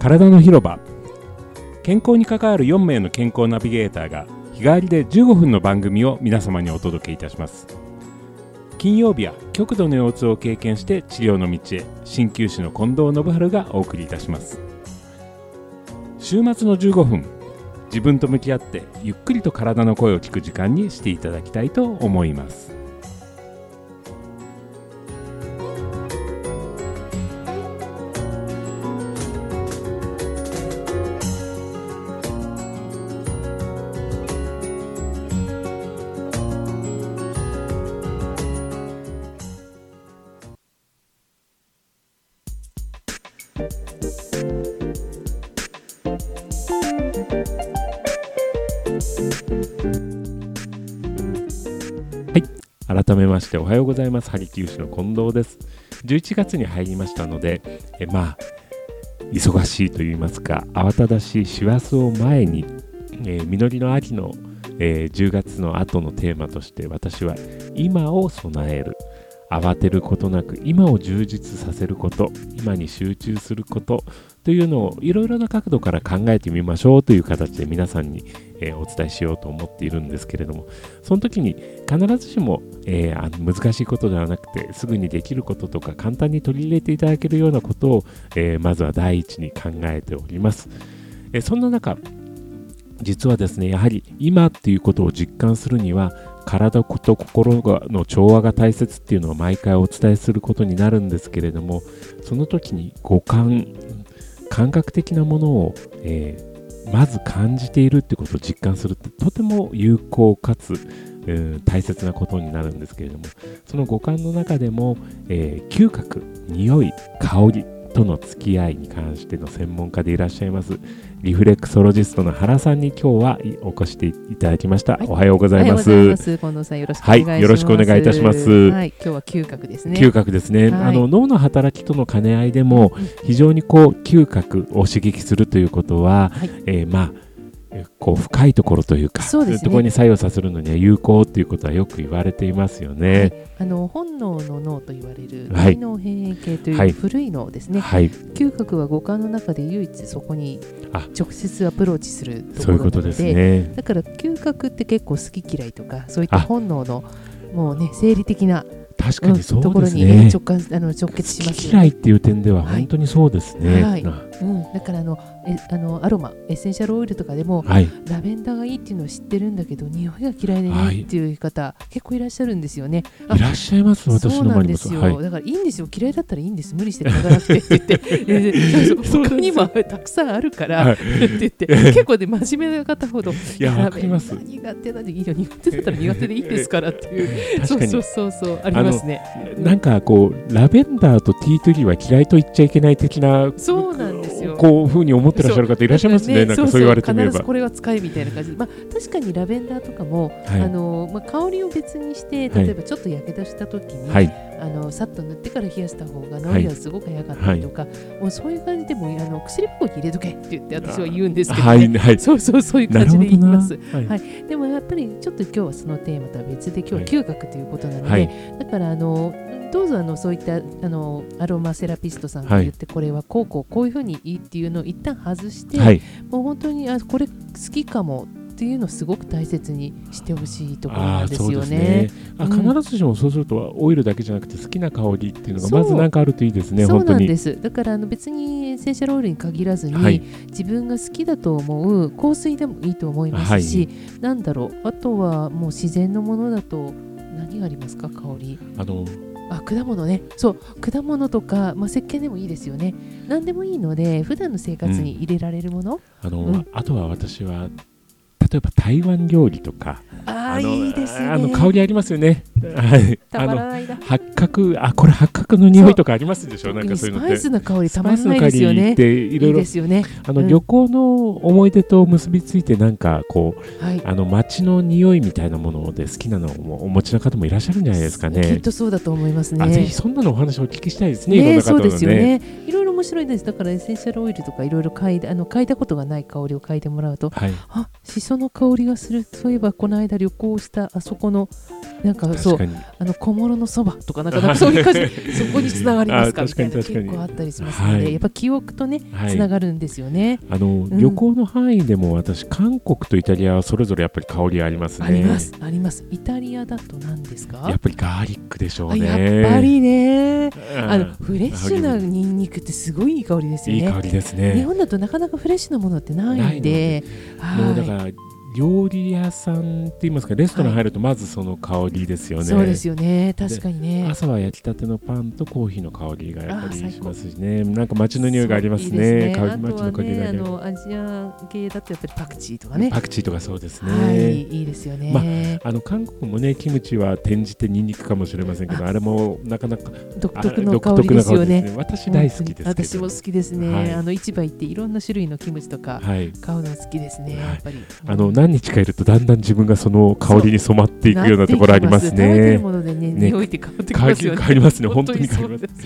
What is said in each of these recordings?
体の広場。健康に関わる4名の健康ナビゲーターが日替わりで15分の番組を皆様にお届けいたします。金曜日は極度の腰痛を経験して治療の道へ、鍼灸師の近藤信春がお送りいたします。週末の15分、自分と向き合ってゆっくりと体の声を聞く時間にしていただきたいと思います。改めましておはようございます。鍼灸師の近藤です。11月に入りましたので、忙しいといいますか、慌ただしい師走を前に、実りの秋の、10月の後のテーマとして、私は今を備える、慌てることなく今を充実させること、今に集中することというのをいろいろな角度から考えてみましょうという形で皆さんに、お伝えしようと思っているんですけれども、その時に必ずしも、難しいことではなくて、すぐにできることとか簡単に取り入れていただけるようなことを、まずは第一に考えております。そんな中、実はですね、やはり今っていうことを実感するには、体と心の調和が大切っていうのを毎回お伝えすることになるんですけれども、その時に感覚的なものを、まず感じているってことを実感するってとても有効かつ、大切なことになるんですけれども、その五感の中でも、嗅覚、匂い、香りとの付き合いに関しての専門家でいらっしゃいますリフレクソロジストの原さんに今日はお越しいただきました。おはようございます。 おはようございます。近藤さん、よろしくお願いします。 はい、よろしくお願いいたします。 はい、今日は嗅覚ですね。 嗅覚ですね。脳の働きとの兼ね合いでも非常に嗅覚を刺激するということは、深いところというか、そういうところに作用させるのには有効ということはよく言われていますよね。 本能の脳と言われる大脳辺縁系という古い脳ですね。嗅覚は五感の中で唯一そこに直接アプローチするところなので、そういうことですね。だから嗅覚って結構好き嫌いとか、そういった本能のもうね、生理的な確かにそうですね、 ところに直結します。 好き嫌いっていう点では本当にそうですね。 だからアロマ、エッセンシャルオイルとかでも、ラベンダーがいいっていうのを知ってるんだけど、匂いが嫌いでねっていう方、結構いらっしゃるんですよね。 いらっしゃいます。私の周りもそうなんですよ。だからいいんですよ。嫌いだったらいいんです。無理して嗅がなくてって言って他にもたくさんあるからって言って、結構で真面目な方ほど、 ラベンダー苦手なんでいいの、苦手だったら苦手でいいですからっていう。そうありますね。 なんかラベンダーとティートリーは嫌いと言っちゃいけない的な、 そうなんですよ。 ふうに思ってらっしゃる方いらっしゃいますね。なんかそう言われてみれば、 必ずこれは使いみたいな感じで、確かにラベンダーとかも、香りを別にして、例えばちょっと焼け出した時に、さっと塗ってから冷やした方が治りはすごく早かったりとか、もうそういう感じでも薬箱に入れとけって言って私は言うんですけどね。そういう感じで言います。でもやっぱりちょっと今日はそのテーマとは別で、今日は嗅覚ということなので、だからどうぞそういったアロマセラピストさんが言って、これはこういうふうにいいっていうのを一旦外して、もう本当にこれ好きかもっていうのをすごく大切にしてほしいところなんですよね。 必ずしもそうするとオイルだけじゃなくて好きな香りっていうのがまず何かあるといいですね。 そうなんです。だから別にエッセンシャルオイルに限らずに、自分が好きだと思う香水でもいいと思いますし、あとはもう自然のものだと何がありますか？香り果物ね。果物とか、石鹸でもいいですよね。何でもいいので、普段の生活に入れられるもの、 あとは私は例えば台湾料理とか、 いいですね。 香りありますよね。 たまらないな。 八角、これ八角の匂いとかありますでしょ。なんかそういうのってスパイスの香りたまらないですよね。 いろいろですよね。旅行の思い出と結びついて、なんか街の匂いみたいなもので好きなのをお持ちの方もいらっしゃるんじゃないですかね。 きっとそうだと思いますね。 ぜひそんなのお話をお聞きしたいですね。いろんな方のね。 そうですよね。いろいろ面白いです。だからエッセンシャルオイルとかいろいろ嗅いだことがない香りを嗅いでもらうと、 はい、 あ、シソの香りがする。そういえばこの間旅行したあそこのなんかそう小諸のそばとかなんかそういう感じでそこにつながりますかみたいな結構あったりしますので、はい、やっぱ記憶とねつながるんですよね。 旅行の範囲でも私韓国とイタリアはそれぞれやっぱり香りありますね。 あります。イタリアだと何ですか？ やっぱりガーリックでしょうね。 やっぱりね、フレッシュなニンニクってすごいいい香りですよね。 いい香りですね。 日本だとなかなかフレッシュなものってないんで、 もうだから料理屋さんって言いますか、レストラン入るとまずその香りですよね。 そうですよね、確かにね。 朝は焼きたてのパンとコーヒーの香りがやっぱりしますしね。なんか街の匂いがありますね。 あとはね、アジア系だとやっぱりパクチーとかね。 パクチーとかそうですね。 はい、いいですよね。 韓国もね、キムチは転じてニンニクかもしれませんけど、あれもなかなか独特の香りですよね。 私大好きです。 私も好きですね。市場行っていろんな種類のキムチとか買うの好きですね。やっぱり何日かいるとだんだん自分がその香りに染まっていくようなところありますね。 食べてるものでね、匂いって変わってきますよね。 変わりますね。本当に変わります。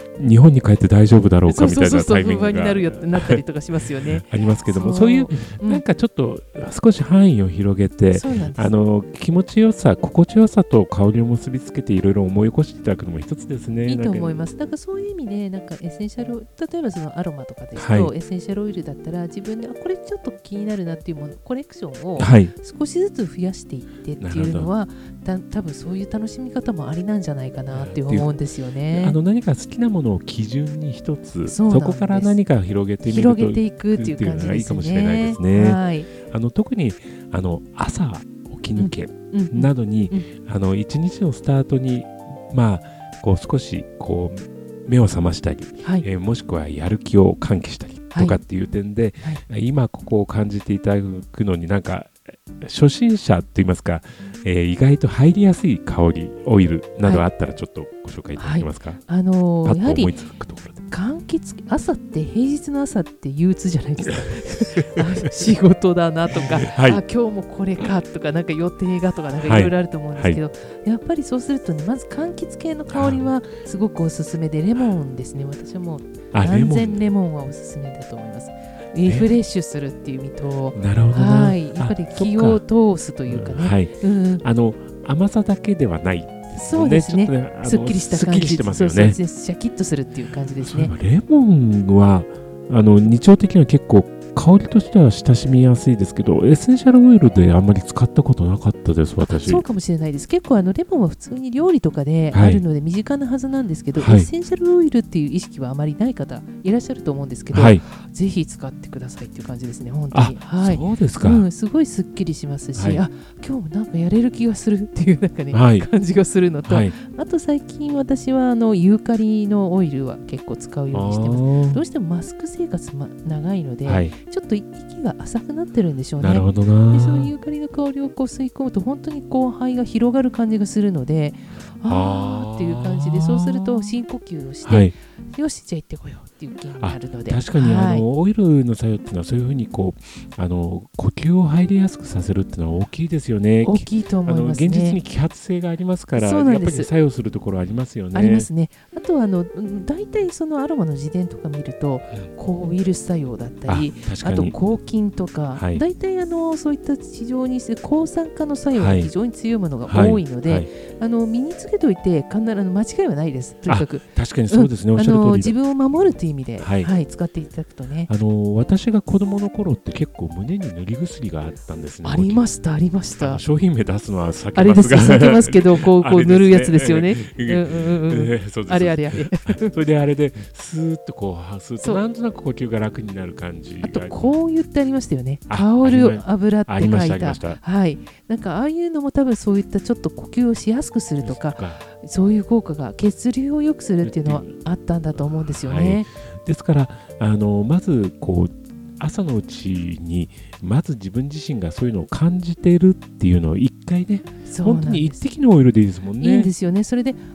日本に帰って大丈夫だろうかみたいなタイミングが不安になったりとかしますよね。 ありますけども、そういうなんかちょっと少し範囲を広げて、気持ちよさ、心地よさと香りを結びつけていろいろ思い起こしていただくのも一つですね。 いいと思います。だからそういう意味でなんかエッセンシャル、例えばそのアロマとかですと、エッセンシャルオイルだったら自分でこれちょっと気になるなっていうもの、コレクションを少しずつ増やしていってっていうのは、多分そういう楽しみ方もありなんじゃないかなって思うんですよね。 何か好きなものを基準に一つ、そこから何か広げてみると広げていくっていう感じですね。 いいかもしれないですね。はい、特に朝起き抜けなどに、一日のスタートにこう少しこう目を覚ましたり、もしくはやる気を喚起したりとかっていう点で、今ここを感じていただくのになんか初心者といいますか、意外と入りやすい香り、オイルなどあったらちょっとご紹介いただけますか？パッと思いつくところで。 柑橘朝って平日の朝って憂鬱じゃないですか。仕事だなとか、今日もこれかとか、なんか予定がとか、なんかいろいろあると思うんですけど、やっぱりそうするとね、まず柑橘系の香りはすごくおすすめで、レモンですね。私はもう断然レモンはおすすめだと思います。リフレッシュするっていう意味と、 なるほどな。 やっぱり気を通すというかね。 甘さだけではない。 そうですね。すっきりした感じ。 してますよね。 シャキッとするっていう感じですね。 レモンは日常的には結構香りとしては親しみやすいですけど、エッセンシャルオイルであんまり使ったことなかったです、私。 そうかもしれないです。結構レモンは普通に料理とかであるので身近なはずなんですけど、エッセンシャルオイルっていう意識はあまりない方いらっしゃると思うんですけど、ぜひ使ってくださいっていう感じですね、本当に。 そうですか。 すごいすっきりしますし、今日もなんかやれる気がするっていうなんかね、感じがするのと、あと最近私はユーカリのオイルは結構使うようにしてます。どうしてもマスク生活長いので、ちょっと息が浅くなってるんでしょうね。 なるほどな。 でそのユーカリの香りを吸い込むと本当に肺が広がる感じがするので、っていう感じで、そうすると深呼吸をして、よしじゃあ行ってこようっていう気になるので。 確かにオイルの作用っていうのはそういうふうに呼吸を入りやすくさせるっていうのは大きいですよね。 大きいと思いますね。 現実に揮発性がありますから、やっぱり作用するところありますよね。 ありますね。あとは大体そのアロマの自伝とか見ると、抗ウイルス作用だったり、あと抗菌とか、大体そういった非常に抗酸化の作用が非常に強いものが多いので、身につけといて必ず間違いはないです。とにかく確かにそうですね。おっしゃる通りだ。 自分を守るという意味で、使っていただくとね。 私が子供の頃って結構胸に塗り薬があったんですね。 ありましたありました。 商品名出すのは避けますが、 あれです避けますけど、こう塗るやつですよね。あれ。 それであれでスーッと吸うとなんとなく呼吸が楽になる感じ。 あとこう言ってありましたよね。香る油って書いた。なんかああいうのも多分そういったちょっと呼吸をしやすくするとか、そういう効果が血流を良くするっていうのはあったんだと思うんですよね。 ですからまず朝のうちにまず自分自身がそういうのを感じているっていうのを一回ね、本当に一滴のオイルでいいですもんね。 いいんですよね。それで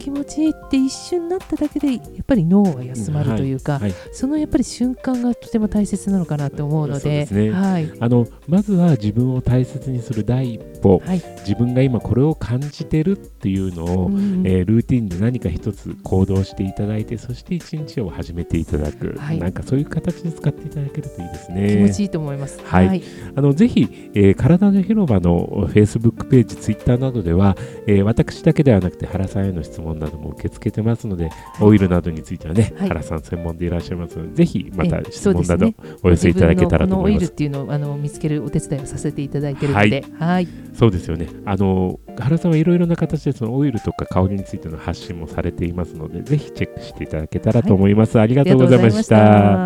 気持ちいいって一瞬なっただけでやっぱり脳は休まるというか、そのやっぱり瞬間がとても大切なのかなと思うので、 まずは自分を大切にする第一歩、自分が今これを感じてるっていうのを、ルーティンで何か一つ行動していただいて、そして一日を始めていただく、なんかそういう形で使っていただけるといいですね。 気持ちいいと思います。 ぜひ、体の広場の Facebook ページ、Twitter などでは、私だけではなくて原さんへの質問なども受け付けてますので、オイルなどについてはね、原さん専門でいらっしゃいますので、ぜひまた質問などお寄せいただけたらと思います。 自分のこのオイルっていうのを見つけるお手伝いをさせていただいているので、 そうですよね。原さんはいろいろな形でそのオイルとか香りについての発信もされていますので、ぜひチェックしていただけたらと思います。ありがとうございました。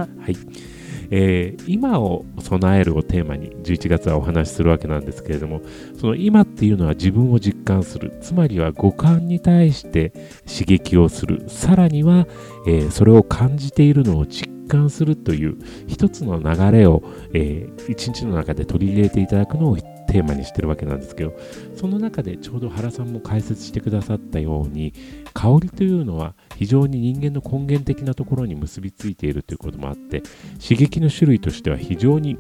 今を備えるをテーマに11月はお話しするわけなんですけれども、その今っていうのは自分を実感する、つまりは五感に対して刺激をする、さらには、それを感じているのを実感するという一つの流れを、一日の中で取り入れていただくのをテーマにしてるわけなんですけど、その中でちょうど原さんも解説してくださったように、香りというのは非常に人間の根源的なところに結びついているということもあって、刺激の種類としては非常に、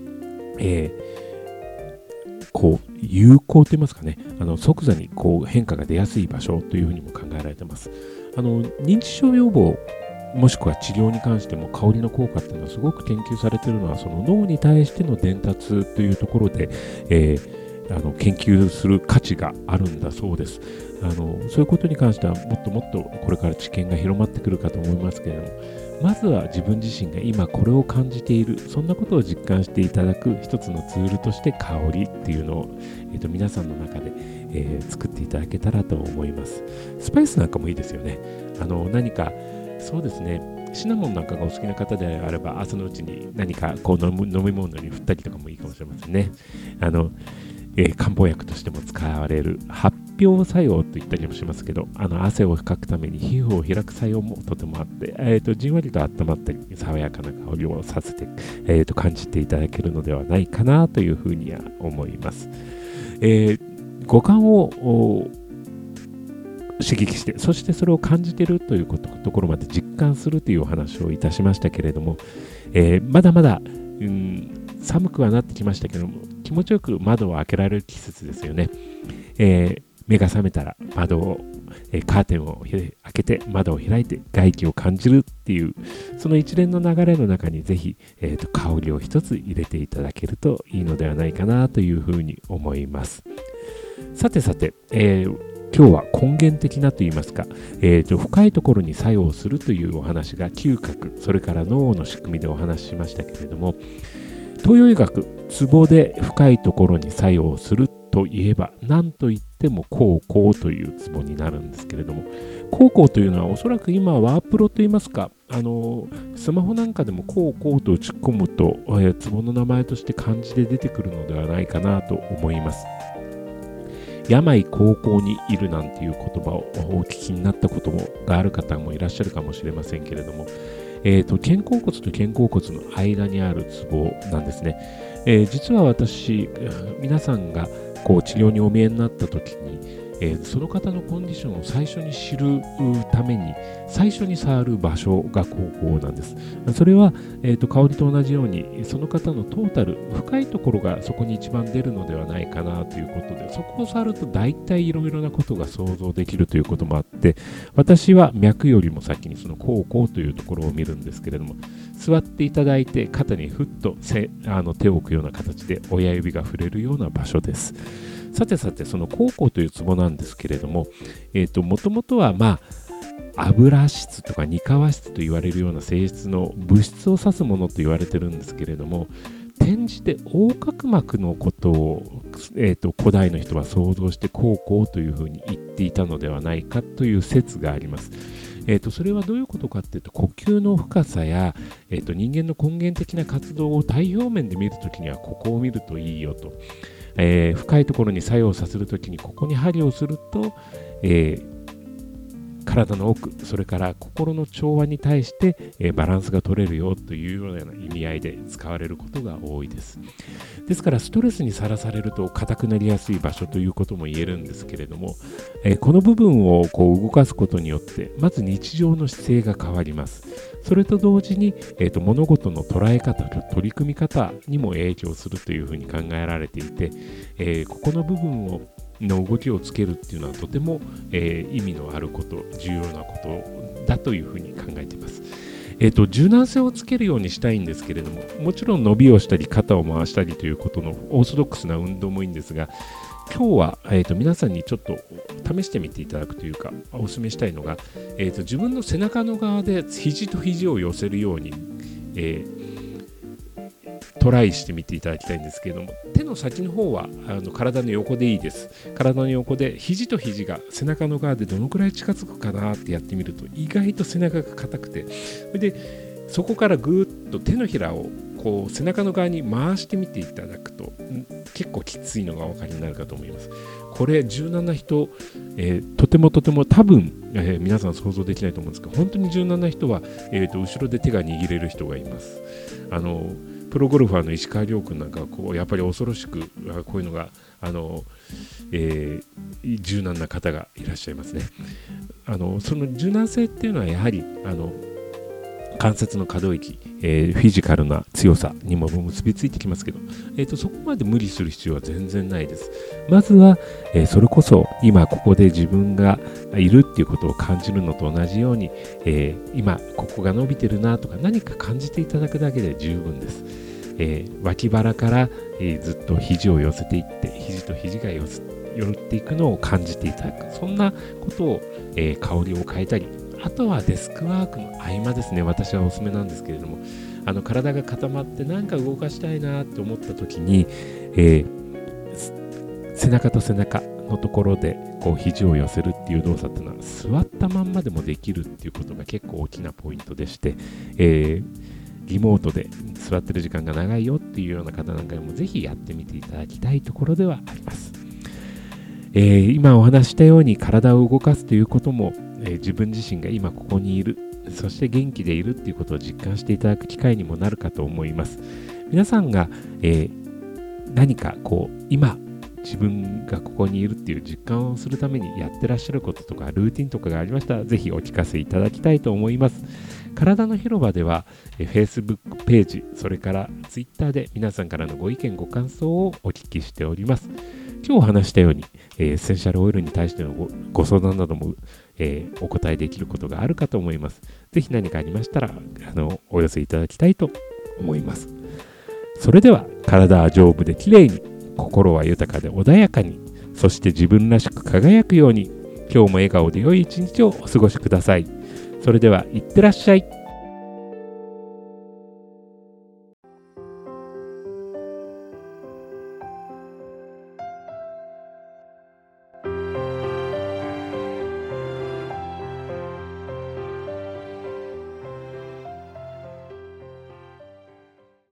有効といいますかね、即座に変化が出やすい場所というふうにも考えられています。認知症予防もしくは治療に関しても香りの効果っていうのはすごく研究されているのは、その脳に対しての伝達というところで、研究する価値があるんだそうです。そういうことに関してはもっともっとこれから知見が広まってくるかと思いますけれども、まずは自分自身が今これを感じている、そんなことを実感していただく一つのツールとして香りっていうのを、皆さんの中で、作っていただけたらと思います。スパイスなんかもいいですよね。何かそうですね、シナモンなんかがお好きな方であれば、朝のうちに何か飲み物に振ったりとかもいいかもしれませんね。漢方薬としても使われる発表作用と言ったりもしますけど、汗をかくために皮膚を開く作用もとてもあって、じんわりと温まったり爽やかな香りをさせて、感じていただけるのではないかなというふうには思います。五感を刺激して、そしてそれを感じているというところまで実感するというお話をいたしましたけれども、まだまだ、寒くはなってきましたけれども、気持ちよく窓を開けられる季節ですよね。目が覚めたら窓を、カーテンを開けて窓を開いて外気を感じるっていう、その一連の流れの中にぜひ、香りを一つ入れていただけるといいのではないかなというふうに思います。さて、今日は根源的なといいますか、深いところに作用するというお話が嗅覚、それから脳の仕組みでお話ししましたけれども、東洋医学、ツボで深いところに作用するといえば、何と言っても口腔というツボになるんですけれども、口腔というのはおそらく今ワープロといいますか、スマホなんかでも口腔と打ち込むと、ツボの名前として漢字で出てくるのではないかなと思います。病口腔にいるなんていう言葉をお聞きになったことがある方もいらっしゃるかもしれませんけれども、肩甲骨と肩甲骨の間にあるツボなんですね。実は私、皆さんが治療にお見えになった時に、その方のコンディションを最初に知るために最初に触る場所が口腔なんです。それは、香りと同じようにその方のトータル深いところがそこに一番出るのではないかなということで、そこを触ると大体いろいろなことが想像できるということもあって、私は脈よりも先にその口腔というところを見るんですけれども、座っていただいて肩にふっと手を置くような形で親指が触れるような場所です。さてその口腔というツボなんですけれども、もともとは油質とか二化質と言われるような性質の物質を指すものと言われてるんですけれども、転じて横隔膜のことを、古代の人は想像して口腔というふうに言っていたのではないかという説があります。それはどういうことかというと、呼吸の深さや、人間の根源的な活動を体表面で見るときにはここを見るといいよと、深いところに作用させるときにここに針をすると、 体の奥、それから心の調和に対して、バランスが取れるよというような意味合いで使われることが多いです。ですからストレスにさらされると硬くなりやすい場所ということも言えるんですけれども、この部分をこう動かすことによってまず日常の姿勢が変わります。それと同時に、物事の捉え方と取り組み方にも影響するというふうに考えられていて、ここの部分の動きをつけるっていうのはとても、意味のあること、重要なことだというふうに考えています。柔軟性をつけるようにしたいんですけれども、もちろん伸びをしたり肩を回したりということのオーソドックスな運動もいいんですが、今日は、皆さんにちょっと試してみていただくというかお勧めしたいのが、自分の背中の側で肘と肘を寄せるように、トライしてみていただきたいんですけれども、手の先の方は体の横でいいです。体の横で肘と肘が背中の側でどのくらい近づくかなってやってみると、意外と背中が硬くて、でそこからぐーっと手のひらをこう背中の側に回してみていただくと結構きついのがお分かりになるかと思います。これ柔軟な人、とても多分、皆さん想像できないと思うんですが、本当に柔軟な人は、後ろで手が握れる人がいます。プロゴルファーの石川遼君なんかはこうやっぱり恐ろしくこういうのが柔軟な方がいらっしゃいますね。その柔軟性っていうのはやはり関節の可動域、フィジカルな強さにも結びついてきますけど、そこまで無理する必要は全然ないです。まずは、それこそ今ここで自分がいるっていうことを感じるのと同じように、今ここが伸びてるなとか何か感じていただくだけで十分です。脇腹から、ずっと肘を寄せていって肘と肘が寄っていくのを感じていただく、そんなことを、香りを変えたり、あとはデスクワークの合間ですね。私はおすすめなんですけれども、体が固まって何か動かしたいなと思った時に、背中と背中のところでこう肘を寄せるっていう動作っていうのは座ったまんまでもできるっていうことが結構大きなポイントでして、リモートで座ってる時間が長いよっていうような方なんかにもぜひやってみていただきたいところではあります。今お話したように体を動かすということも、自分自身が今ここにいる、そして元気でいるっていうことを実感していただく機会にもなるかと思います。皆さんが、何かこう今自分がここにいるっていう実感をするためにやってらっしゃることとかルーティンとかがありましたら、ぜひお聞かせいただきたいと思います。体の広場では、Facebook ページ、それから Twitter で皆さんからのご意見ご感想をお聞きしております。今日お話したように、エッセンシャルオイルに対しての ご相談なども、お答えできることがあるかと思います。ぜひ何かありましたらお寄せいただきたいと思います。それでは体は丈夫できれいに、心は豊かで穏やかに、そして自分らしく輝くように、今日も笑顔で良い一日をお過ごしください。それではいってらっしゃい。